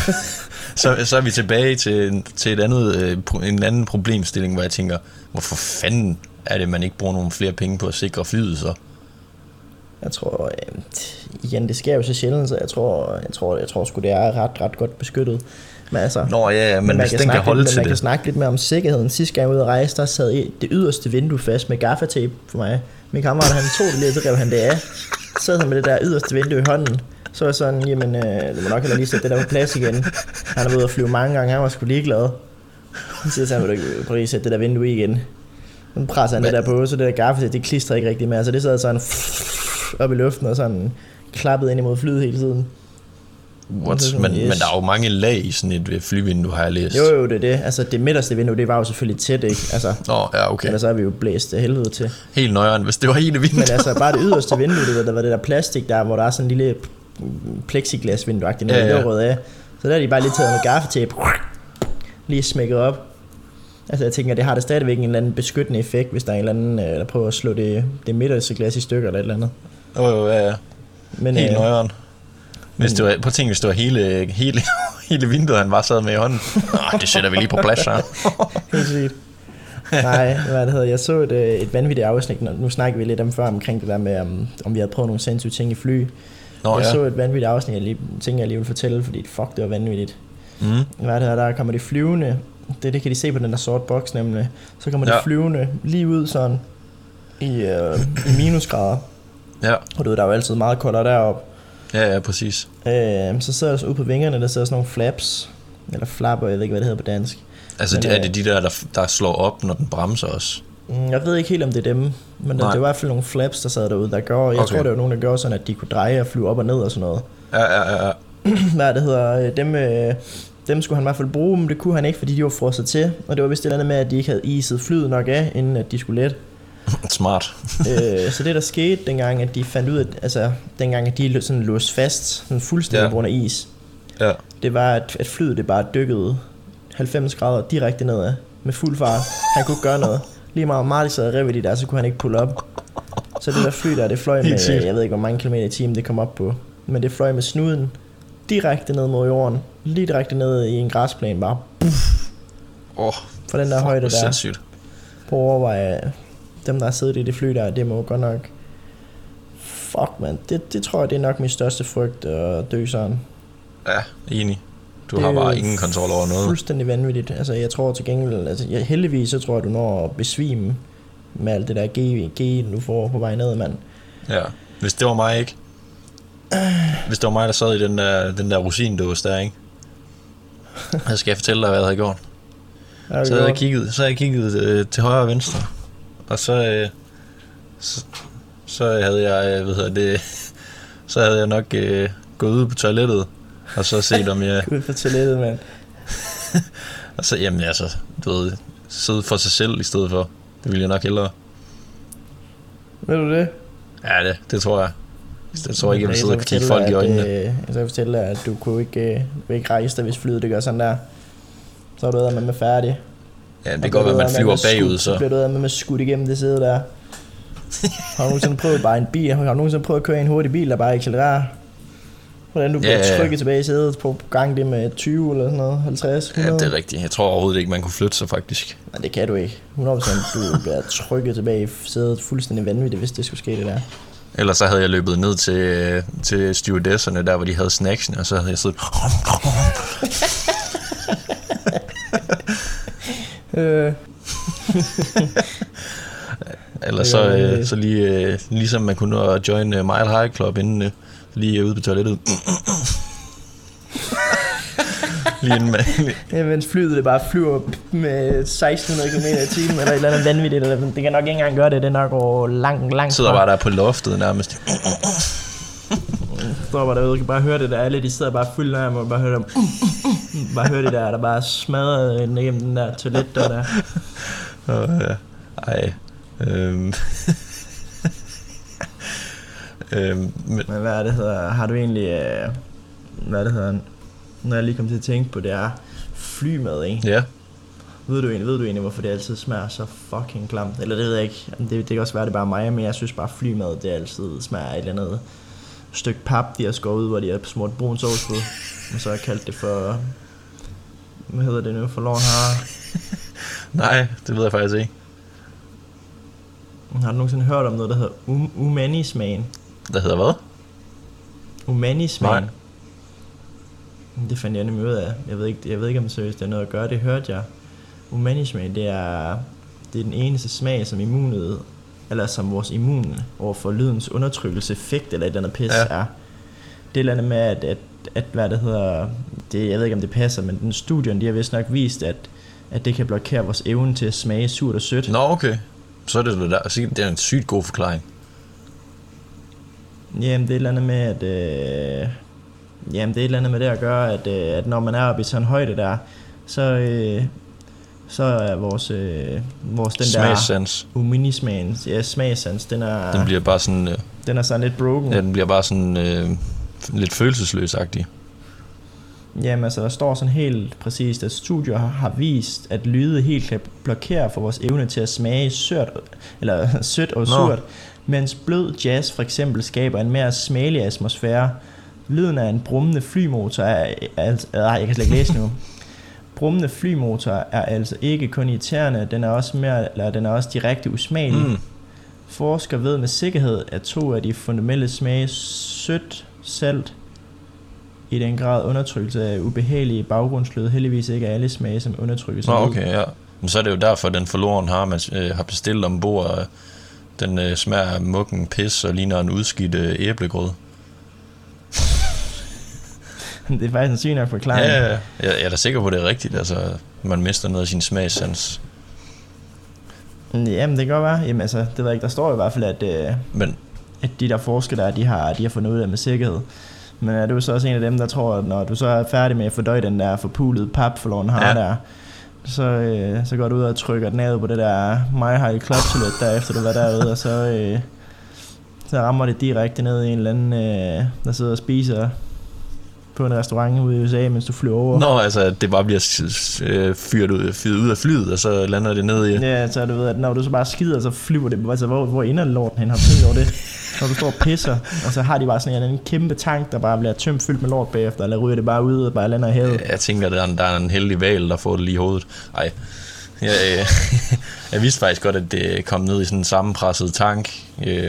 så, så er vi tilbage til, til et andet, øh, en anden problemstilling, hvor jeg tænker, hvorfor fanden er det, man ikke bruger nogle flere penge på at sikre flyet så? Jeg tror, øh, igen, det sker jo så sjældent, så jeg tror, jeg tror, jeg tror sgu, det er ret, ret godt beskyttet. Men altså, nå ja, ja men, men hvis den kan holde lidt, til man det. Man kan snakke lidt mere om sikkerheden. Sidste gang jeg ude at rejse, der sad det yderste vindue fast med gaffatape for mig. Min kammerat, han tog det lige, så rev han det af. Så sad han med det der yderste vindue i hånden. Så var jeg sådan, jamen, øh, du må nok heller lige sætte det der på plads igen. Han har været ude at flyve mange gange, han var sgu ligeglad. Så siger han, vil du ikke prøve at sætte det der vindue i igen. Så presser han men... det der på, så det der gaffatape, det klistrer ikke rigtig mere. Så det sad sådan op i luften og sådan klappet ind imod flyet hele tiden. What? Sådan, men, yes. men der er jo mange lag i sådan et flyvindue, har jeg læst. Jo, jo, det er det. Altså, det midterste vindue, det var jo selvfølgelig tæt, ikke? Altså, oh, ja, okay. Ellers så er vi jo blæst det helvede til. Helt nøjeren, hvis det var hele vinduet. Men altså, bare det yderste vindue, det der, der var det der plastik der, hvor der er sådan en lille plexiglasvindue-agtigt, noget ja, ja. Rød af. Så der er de bare lige taget med gaffetape, lige smækket op. Altså jeg tænker, det har det stadigvæk en eller anden beskyttende effekt, hvis der er en eller anden, øh, der prøver at slå det, det midterste glas i stykker eller et eller andet. Åh oh, jo, ja, ja. Men, helt øh, nøjeren. Hvis det var, prøv at tænke, hvis det var hele, hele, hele vinduet, han bare sad med i hånden. Nå, det sætter vi lige på plads her. Helt sygt. Nej, hvad det hedder, jeg så et, et vanvittigt afsnit. Nu snakker vi lidt om før omkring det der med, om, om vi havde prøvet nogle sindssyge ting i fly. Nå, jeg ja. så et vanvittigt afsnit, jeg lige, tænker, jeg lige vil fortælle, fordi fuck, det var vanvittigt. Mm. Hvad det hedder, der kommer de flyvende. Det, det kan de se på den der sort boks nemlig. Så kommer ja. de flyvende lige ud sådan i, øh, i minusgrader. Ja. Og du ved, der er jo altid meget koldere deroppe. Ja, ja, præcis. Øh, så sidder der så ude på vingerne, der sidder sådan nogle flaps. Eller flapper, jeg ved ikke, hvad det hedder på dansk. Altså, men, er det de der, der, der slår op, når den bremser også? Jeg ved ikke helt, om det er dem. Men der, det er i hvert fald nogle flaps, der sad derude, der gør. Jeg okay. tror, det var nogen, der gjorde sådan, at de kunne dreje og flyve op og ned og sådan noget. Ja, ja, ja, ja. Hvad det hedder, dem, øh, dem skulle han i hvert fald bruge, men det kunne han ikke, fordi de var frosset til. Og det var vist det andet med, at de ikke havde iset flyet nok af, inden at de skulle lette. Smart. øh, så det der skete dengang, at de fandt ud af, altså dengang at de sådan låste fast, sådan fuldstændig ja. på grund af is. Ja. Det var, at, at flyet det bare dykkede halvfems grader direkte nedad med fuld fart. Han kunne ikke gøre noget. Lige meget meget de sad og rev i de der, så kunne han ikke pulle op. Så det der fly der, det fløj med, jeg ved ikke hvor mange kilometer i timen det kom op på. Men det fløj med snuden direkte ned mod jorden. Lige direkte ned i en græsplæne bare. Åh, oh, for den der fuck, højde der. Sindssygt. På overveje, dem der har siddet i det fly der, det må godt nok. Fuck man, det, det tror jeg det er nok min største frygt at dø sådan. Ja, enig. Du det har bare ingen kontrol over noget. Fuldstændig vanvittigt. Altså jeg tror til gengæld, altså jeg, heldigvis så tror jeg du når at besvime med alt det der G, G du får på vej ned, mand. Ja, hvis det var mig ikke. Hvis det var mig der sad i den der, den der rosindåse der, ikke. Så skal jeg fortælle dig hvad jeg havde gjort. Ja, så havde jeg kigget, så havde jeg kigget øh, til højre og venstre. Og så øh, så, så havde jeg, hvad hedder det, så havde jeg nok øh, gået ud på toilettet. Og så set om jeg... Ud på toilettet, mand. Og så, jamen altså, du ved, sidde for sig selv i stedet for. Det ville jeg nok hellere. Ved du det? Ja, det, det tror jeg. Det tror jeg ikke, jeg vil sidde og kigge folk i øjnene. Øh, jeg skal fortælle dig, at du kunne ikke, du kunne ikke rejse dig, hvis flyet det gør sådan der. Så er du ved, at man er færdig. Ja, det kan godt være, at man flyver bagud, så. Så bliver du ved, at man er skudt igennem det sæde der. Har du nogensinde prøvet bare en bil? Har du nogensinde prøvet at køre i en hurtig bil, der bare accelererer? Hvordan du bliver ja, ja, ja. trykket tilbage i sædet på gang det med tyve eller sådan noget, halvtreds, hundrede? Ja, det er rigtigt. Jeg tror overhovedet ikke, man kunne flytte sig faktisk. Nej, det kan du ikke. hundrede procent du bliver trykket tilbage i sædet fuldstændig vanvittigt, hvis det skulle ske det der. Ellers så havde jeg løbet ned til, til stewardesserne, der hvor de havde snacksene, og så havde jeg siddet... øh. Eller så, øh, så lige, øh, ligesom man kunne nå at join uh, Mile High Club inden øh, lige ude på toilettet. Lige inden man... Ja, mens flyet det bare flyver med seksten hundrede kilometer i timen, eller et eller andet vanvittigt. Eller, det kan nok ikke engang gøre det, det nok går langt, langt. Sidder bare der på loftet nærmest. Står bare derude, kan bare høre det der. Alle de sidder bare fyldt af, og bare høre dem. Bare høre det der, der bare smadrer igennem den der toilet der. der. Oh, ja. Ej. Øhm. øhm, men... men hvad er det hedder? Har du egentlig øh, hvad det hedder? Når jeg lige kom til at tænke på det er flymad, ikke? Ja. Ved du egentlig, ved du egentlig hvorfor det altid smager så fucking klamt? Eller det ved jeg ikke. Det, det kan også være det er bare mig, men jeg synes bare flymad det altid smager af et eller andet stykke pap de har skåret ud, hvor de har smurt brun sovs på. Og så har jeg kaldt det for hvad hedder det nu? For loven har. Nej, det ved jeg faktisk ikke. Har du nogensinde hørt om noget, der hedder um- umani-smagen? Der hedder hvad? Umani-smagen. Det fandt jeg nemlig ud af. Jeg ved ikke, jeg ved ikke om seriøst det er noget at gøre. Det hørte jeg. Umani-smagen, det er, det er den eneste smag, som immunet, eller som vores immun overfor lydens undertrykkelse, effekt eller et eller andet pis ja. er. Det er et eller andet med, at, at, at hvad det hedder, det, jeg ved ikke om det passer, men den studien, de har vist nok vist, at, at det kan blokere vores evne til at smage surt og sødt. Nå, okay. Så er det der. Det er en sygt god forklaring. Jamen, det er et eller andet med, at... Øh, jamen, det er et eller andet med det at gøre, at, øh, at når man er oppe i sådan en højde der, så, øh, så er vores... Øh, vores den smagssans. Der umani-smagen, ja, smagssans, den er... Den bliver bare sådan... Øh, den er sådan lidt broken. Ja, den bliver bare sådan øh, lidt følelsesløsagtig. Jamen altså, der står sådan helt præcist, at studier har vist, at lyde helt kan blokere for vores evne til at smage sødt, eller sødt og surt, no. mens blød jazz for eksempel skaber en mere smagelig atmosfære. Lyden af en brummende flymotor er, altså, jeg kan slet ikke læse nu. Brummende flymotor er altså ikke kun irriterende, den er også mere, eller den er også direkte usmagelig. Mm. Forskere ved med sikkerhed, at to af de fundamentale smage, sødt, salt, i den grad undertrykkelse af ubehagelige baggrundslyd, heldigvis ikke alle smage, som undertrykkes. Nå, okay, ja. Men så er det jo derfor, at den forloren har, man øh, har bestilt ombord. Den øh, smager af muggen pis og ligner en udskidt øh, æblegrød. Det er faktisk en syg nok forklaring. Ja, ja, ja. Jeg er da sikker på, at det er rigtigt. Altså, man mister noget af sin smagssans. Jamen, det kan godt være. Jamen, altså, det ved jeg ikke. Der står i hvert fald, at, øh, Men, at de der forskere der, de har, de har fundet ud af med sikkerhed. Men er du så også en af dem, der tror, at når du så er færdig med at fordøje den der forpulede pap, forloren har ja. der, så, øh, så går du ud og trykker den af på det der My High Club toilet, der efter du var derude, og så, øh, så rammer det direkte ned i en eller anden, øh, der sidder og spiser på en restaurant ude i U S A, mens du flyver over. Nå, altså, det bare bliver fyret ud, fyret ud af flyet, og så lander det ned i... Ja, så du ved, at når du så bare skider, så flyver det. Altså, hvor, hvor ender lorten hen? Har du tænkt over det? Når du står og pisser, og så har de bare sådan en, en kæmpe tank, der bare bliver tømt fyldt med lort bagefter, eller ryger det bare ud og bare lander i havet. Jeg tænker, at der er en, der er en heldig val, der får det lige i hovedet. Ej, jeg, jeg, jeg vidste faktisk godt, at det kom ned i sådan en sammenpresset tank.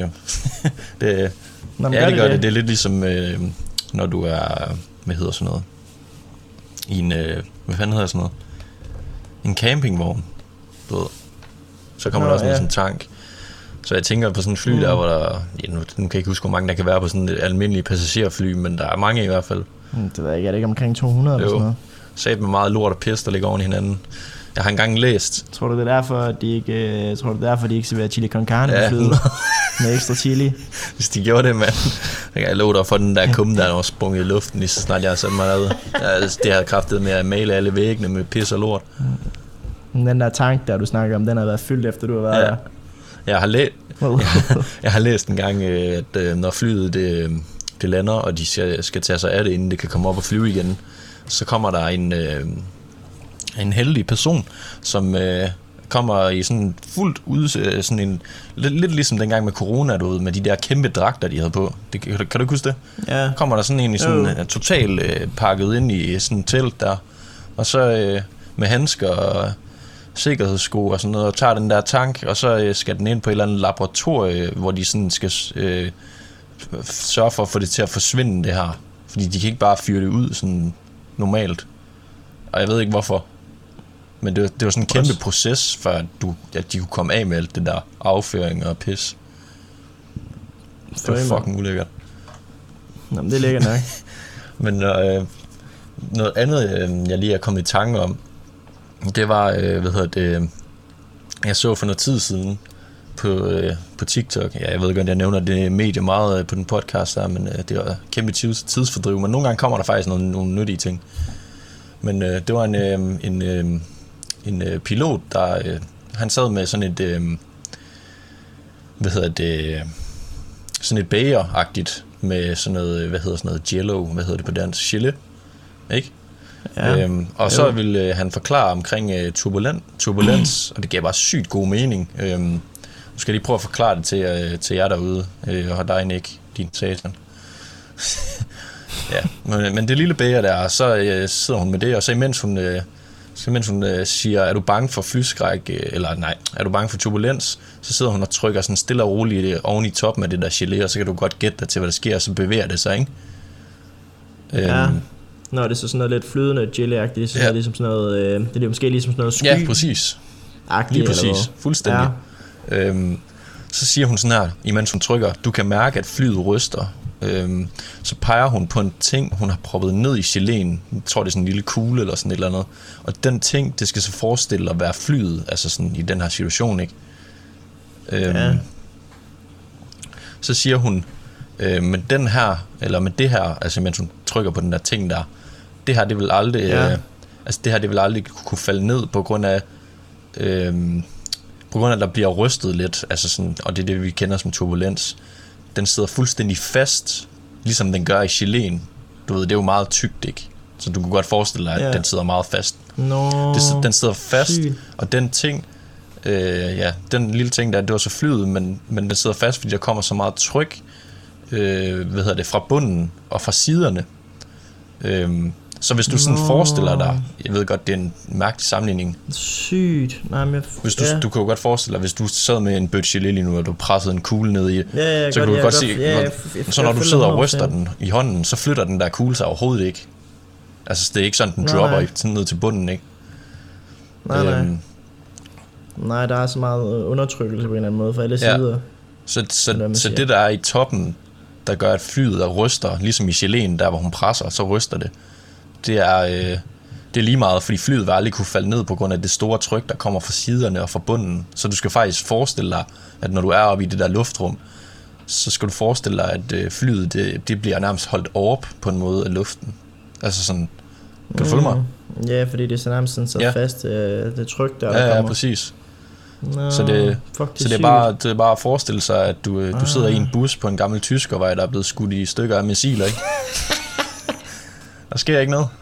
det, Nå, ja, det gør det. det. Det er lidt ligesom, når du er... Hvad hedder sådan noget? I en, øh, hvad fanden hedder sådan noget? En campingvogn. Du ved. Så kommer Nå, der også ja. sådan en tank. Så jeg tænker på sådan en fly, mm. der hvor der... Ja, nu, nu kan jeg ikke huske, hvor mange der kan være på sådan et almindeligt passagerfly, men der er mange i hvert fald. Mm, det ved jeg ikke, er det ikke omkring to hundrede eller sådan noget? Sat med meget lort og pis, der ligger oven i hinanden. Jeg har engang læst. Tror du, det er derfor, at de ikke, tror du, det er derfor, de ikke serverer chili con carne ja. på flyet? Med ekstra chili? Hvis de gjorde det, mand. Jeg kan love dig for den der kumme, der var sprunget i luften, lige så snart jeg har sat mig derude. Det har kraftet med at male alle væggene med pis og lort. Den der tank, der du snakker om, den har været fyldt efter, du har været ja. der. Jeg har, læ- jeg, jeg har læst en gang, at når flyet det, det lander, og de skal, skal tage sig af det, inden det kan komme op og flyve igen, så kommer der en... en heldig person, som øh, kommer i sådan fuldt ud, sådan en, lidt, lidt ligesom dengang med corona derude, med de der kæmpe dragter, de havde på. Det, kan, kan du ikke huske det? Ja. Kommer der sådan en i sådan uh, totalt øh, pakket ind i sådan en telt der, og så øh, med handsker og sikkerhedssko og sådan noget, og tager den der tank, og så øh, skal den ind på et eller andet laboratorie, hvor de sådan skal øh, sørge for at få det til at forsvinde, det her. Fordi de kan ikke bare fyre det ud sådan normalt. Og jeg ved ikke hvorfor. Men det var, det var sådan en kæmpe proces, for at, du, at de kunne komme af med alt det der afføring og pis. Det var fucking ulækkert. Nå, men det er lækkert nok. Men øh, noget andet, øh, jeg lige er kommet i tanke om, det var, øh, hvad hedder det, jeg så for noget tid siden på, øh, på TikTok. Ja, jeg ved godt, jeg nævner det medie meget øh, på den podcast der, men øh, det var kæmpe tids, tidsfordriv. Men nogle gange kommer der faktisk nogle, nogle nyttige ting. Men øh, det var en, øh, en, øh, en øh, pilot, der øh, han sad med sådan et, øh, hvad hedder det, sådan et bager-agtigt med sådan noget, hvad hedder sådan noget, jello, hvad hedder det på dansk, chili, ikke? Ja. Øhm, og så ville øh, han forklare omkring øh, turbulent, turbulens, og det gav bare sygt god mening. Øhm, nu skal jeg lige prøve at forklare det til, øh, til jer derude, øh, og dig, Nick, din satan. Ja, men, men det lille bager der, så øh, sidder hun med det, og så imens hun, øh, så imens hun øh, siger, er du bange for flyskræk, øh, eller nej, er du bange for turbulens, så sidder hun og trykker sådan stille og roligt oven i toppen af det der gelé, og så kan du godt gætte dig til, hvad der sker, og så bevæger det sig, ikke? Ja, øhm, når det er så sådan noget lidt flydende gelé-agtigt, så ja. Er det ligesom sådan noget, øh, det er måske ligesom sådan noget sky. Ja, præcis. Lige præcis, fuldstændig. Ja. Øhm, så siger hun sådan her, imens hun trykker, du kan mærke, at flyet ryster. Øhm, så peger hun på en ting, hun har proppet ned i geléen. Jeg tror, det er sådan en lille kugle eller sådan et eller andet. Og den ting, det skal så forestille at være flyet, altså sådan i den her situation, ikke? Øhm, ja. Så siger hun, øh, med den her, eller med det her, altså mens hun trykker på den der ting der, det her, det vil aldrig, ja. øh, altså det her, det vil aldrig kunne falde ned på grund af, øh, på grund af, at der bliver rystet lidt, altså sådan, og det er det, vi kender som turbulens. Den sidder fuldstændig fast, ligesom den gør i geléen. Du ved, det er jo meget tykt, ikke? Så du kunne godt forestille dig, at ja. den sidder meget fast. Nå, det, den sidder fast, sygt. Og den ting, øh, ja, den lille ting der, det var så flyet, men, men den sidder fast, fordi der kommer så meget tryk, øh, hvad hedder det, fra bunden og fra siderne. Øh, så hvis du sådan Nå. forestiller dig, jeg ved godt, det er en mærkelig sammenligning. Sygt. Nej, men jeg, hvis du, ja. du kan jo godt forestille dig, hvis du sad med en bøtte gelé lige nu, og du pressede en kugle ned i, ja, ja, så godt, kan du ja, godt godt, se, ja, jeg, jeg, så når du sidder og ryster den i hånden, så flytter den der kugle sig overhovedet ikke. Altså, det er ikke sådan, den dropper nej, nej. ned til bunden, ikke? Nej, nej. Øhm, nej, der er så meget undertrykkelse på en eller anden måde fra alle ja. sider. Så, så, så det, der er i toppen, der gør, at flyet der ryster, ligesom i geléen, der hvor hun presser, så ryster det. Det er, øh, det er lige meget, fordi flyet vil aldrig kunne falde ned på grund af det store tryk, der kommer fra siderne og fra bunden. Så du skal faktisk forestille dig, at når du er oppe i det der luftrum, så skal du forestille dig, at øh, flyet det, det bliver nærmest holdt op på en måde af luften. Altså sådan, kan du mm. følge mig? Ja, fordi det er så nærmest sådan så ja. fast, øh, det tryk der, ja, der kommer. Ja, præcis. No, så det, fuck, det så det er, bare, det er bare at forestille sig, at du, ah. du sidder i en bus på en gammel tyskervej, der er blevet skudt i stykker af missiler, ikke? Der sker ikke noget.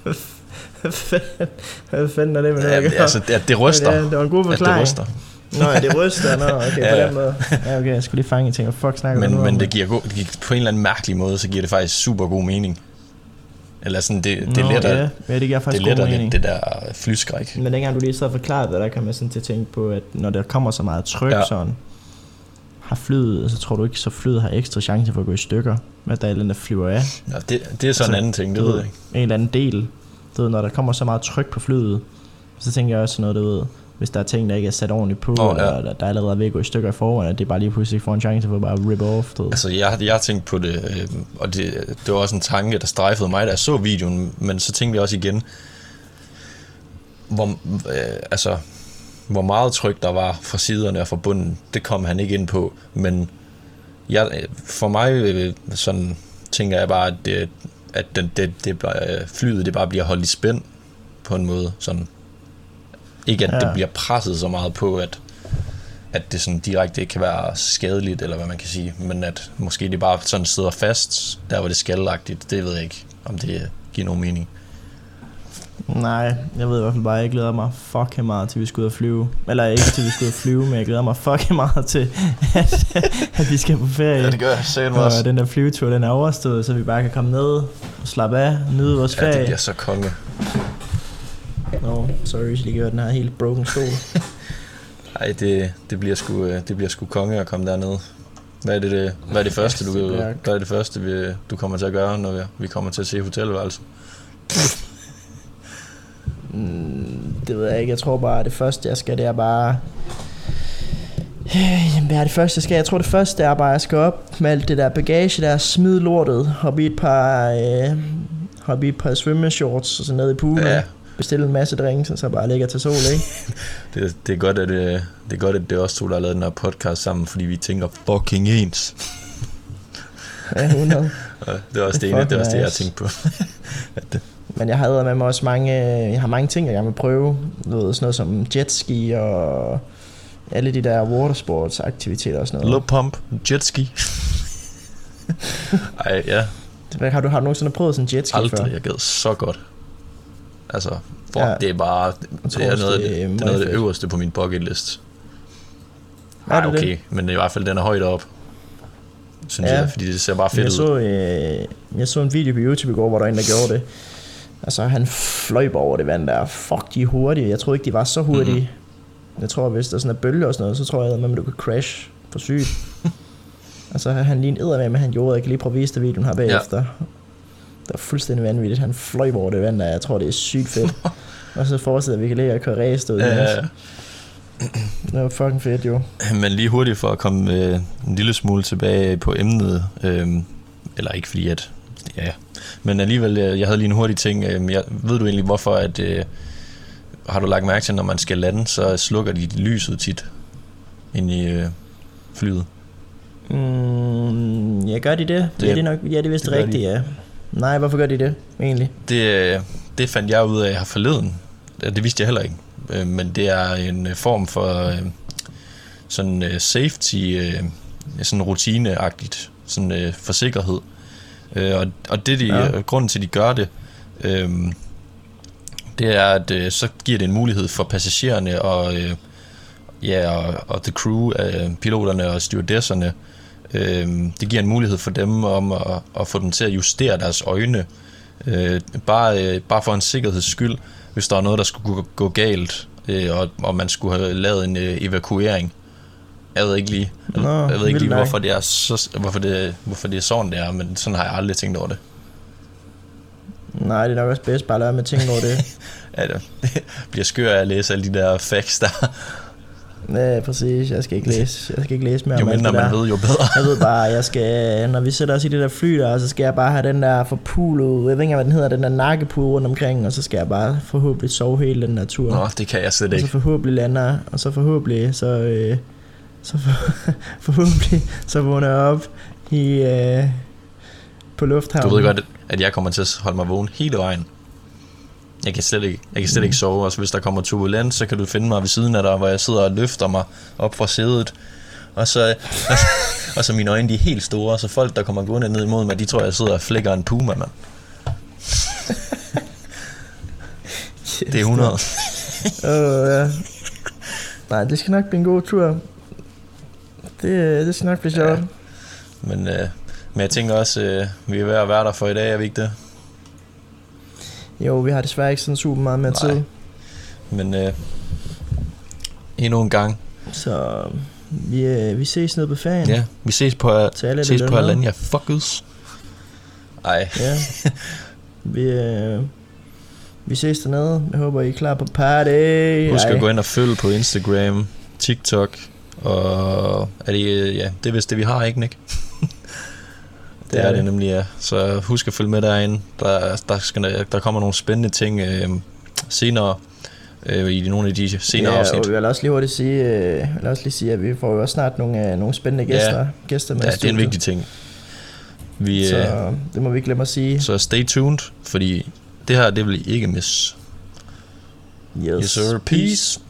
Hvad fanden er det med det? Ja, det, altså, det, det ryster. Ja, det, det var en god forklaring. Ja, det ryster. Nå, ja, det ryster. Nå, okay, ja, på den måde. Ja, okay, jeg skulle lige fange ting, og fuck snakker men, du men om det giver, go- det giver på en eller anden mærkelig måde, så giver det faktisk super god mening. Eller sådan, det, det Nå, letter, ja. Ja, det giver faktisk det letter god mening. Det, det der flyskræk. Men dengang du lige så forklaret det, der kan man sådan til at tænke på, at når der kommer så meget tryk, ja. sådan, har flyet, altså tror du ikke, så flyet har ekstra chance for at gå i stykker, med der er der flyver af? Ja, det, det er så altså, en anden ting, det ved jeg ikke. En eller anden del. Du ved, når der kommer så meget tryk på flyet, så tænker jeg også noget, du ved, hvis der er ting, der ikke er sat ordentligt på, oh, ja. eller der er allerede ved at gå i stykker i forvejen, at det bare lige pludselig får en chance for at bare rip off. Du ved. Altså, jeg, jeg har tænkt på det, øh, og det, det var også en tanke, der strejfede mig, da jeg så videoen, men så tænkte jeg også igen, hvor, øh, altså, hvor meget tryk der var fra siderne og fra bunden, det kom han ikke ind på, men jeg, for mig øh, sådan tænker jeg bare, at, det, at den, det, det, flyet det bare bliver holdt i spænd på en måde, sådan. Ikke at ja. det bliver presset så meget på, at, at det sådan direkte ikke kan være skadeligt, eller hvad man kan sige, men at måske det bare sådan sidder fast, der hvor det er skaldagtigt, det ved jeg ikke, om det giver nogen mening. Nej, jeg ved i hvert fald bare, at jeg glæder mig fucking meget til vi skal ud og flyve. Eller ikke til vi skal ud og flyve, men jeg glæder mig fucking meget til, at, at vi skal på ferie. Ja, det gør jeg selv også. Og den der flyvetur, den er overstået, så vi bare kan komme ned og slappe af, nyde vores ferie. Ja, det bliver så konge. Nå, no, sorry, jeg lige gør den her helt broken stol. Nej, det, det, bliver sgu, det bliver sgu konge at komme dernede. Hvad er det, det, hvad er det første, du, hvad er det første vi, du kommer til at gøre, når vi, vi kommer til at se hotelværelset? Det ved jeg ikke. Jeg tror bare, at det første, jeg skal, det er bare... Jamen, hvad er det første, jeg skal? Jeg tror, det første er bare, at jeg skal op med alt det der bagage, der er smid lortet, hoppe i et par, øh, hoppe i et par svømmeshorts, og så ned i poolen. Ja. Bestille en masse drinks, og så bare ligge til sol, ikke? det, det, er godt, at det, det er godt, at det er os to, der har lavet den her podcast sammen, fordi vi tænker fucking ens. Ja, hundrede. Det er også det, det, ene, det, er også det jeg har tænkt på. det. Men jeg havde med mig også mange, jeg har mange ting, jeg gerne vil prøve. Noget, sådan noget som jetski og alle de der watersports aktiviteter og sådan noget. Low pump, jetski. Ej, ja. Har du, har du nogensinde prøvet sådan en jetski Aldrig, før? Aldrig, jeg gad så godt. Altså, fuck, ja. det er bare, det, tror, er noget, det, det, det er noget af det øverste på min bucket list. Nej, okay, det? Men i hvert fald, den er højt op, synes ja. jeg, fordi det ser bare fedt jeg ud. Så, øh, jeg så en video på YouTube i går, hvor der er en, der gjorde det. Altså, han fløj over det vand der. Fuck, de er hurtige. Jeg troede ikke, de var så hurtige. Mm-hmm. Jeg tror, hvis der er sådan en bølge og sådan noget, så tror jeg, at du kan crash for sygt. Altså, han lige en eddermame, men han gjorde. Jeg kan lige prøve at vise dig videoen her bagefter. Ja. Det var fuldstændig vanvittigt. Han fløj over det vand der. Jeg tror, det er sygt fedt. Og så forestiller vi kan ligge og køre race ud. Ja, ja. Det var fucking fedt, jo. Men lige hurtigt for at komme øh, en lille smule tilbage på emnet. Øh, eller ikke fordi at... Ja, men alligevel, jeg havde lige en hurtig ting. Øh, jeg, ved du egentlig, hvorfor at... Øh, har du lagt mærke til, når man skal lande, så slukker de lyset tit ind i øh, flyet? Mm, ja, gør de det? Det, ja, det er nok, ja, det er vist det rigtigt, de. ja. Nej, hvorfor gør de det, egentlig? Det, det fandt jeg ud af her forleden. Det vidste jeg heller ikke. Men det er en form for sådan safety, sådan rutineagtigt, sådan for sikkerhed. Og, og det de, ja. grunden til, at de gør det, Øhm, det er, at øh, så giver det en mulighed for passagererne og, øh, ja, og, og the crew, øh, piloterne og stewardesserne. Øh, det giver en mulighed for dem om at, at få dem til at justere deres øjne. Øh, bare, øh, bare for en sikkerheds skyld, hvis der er noget, der skulle gå, gå galt, øh, og, og man skulle have lavet en øh, evakuering. Jeg ved ikke lige, Nå, jeg ved ikke lige hvorfor, det er så, hvorfor, det, hvorfor det er sådan, det er, men sådan har jeg aldrig tænkt over det. Nej, det er nok også bedst bare at lade med at tænke over det. Ja, det bliver skør af at læse alle de der facts der. Ja, præcis. Jeg skal ikke læse, jeg skal ikke læse mere jo om alt det mindre der. Man ved, jo bedre. Jeg ved bare, jeg skal, når vi sætter os i det der fly der, så skal jeg bare have den der forpulet, jeg ved ikke, hvad den hedder, den der nakkepude rundt omkring, og så skal jeg bare forhåbentlig sove hele den der tur. Nå, det kan jeg slet ikke. Og så forhåbentlig lander, og så forhåbentlig, så, øh, så for, forhåbentlig, så vågner jeg op i, øh, på lufthavnen. Du ved godt, at jeg kommer til at holde mig vågen hele vejen. Jeg kan slet ikke, jeg kan slet ikke sove, og hvis der kommer turbulens, så kan du finde mig ved siden af dig, hvor jeg sidder og løfter mig op fra sædet. Og så, og, og så mine øjne, de er helt store, så folk, der kommer gående ned imod mig, de tror, jeg sidder og flækker en puma, mand. Yes, det er hundrede. Åh, oh, ja. Nej, det skal nok blive en god tur. Det, det skal nok blive sjovt. Ja. Men, øh, men jeg tænker også, øh, vi er ved at være der for i dag, er vi ikke det? Jo, vi har desværre ikke sådan super meget mere tid. Men øh, endnu en gang. Så vi, øh, vi ses nede på ferien. Ja, vi ses på, ses på Alanya Fuckers. Ej. Ja. Vi, øh, vi ses dernede. Jeg håber, I er klar på party. Husk Ej. at gå ind og følge på Instagram, TikTok. Og er det, ja, det er vist det, vi har, ikke, Nick? Det er, er det. det nemlig, ja. Så husk at følge med derinde. Der, der, skal, der kommer nogle spændende ting øh, senere øh, i nogle af de senere ja, afsnit. Og vi vil også lige hurtigt sige, øh, vil også lige sige at vi får jo også snart nogle, øh, nogle spændende gæster, ja. gæster med. Ja, det er en vigtig ting. Vi, så øh, det må vi ikke glemme at sige. Så stay tuned, fordi det her, det vil I ikke miss. Yes, yes sir. Peace.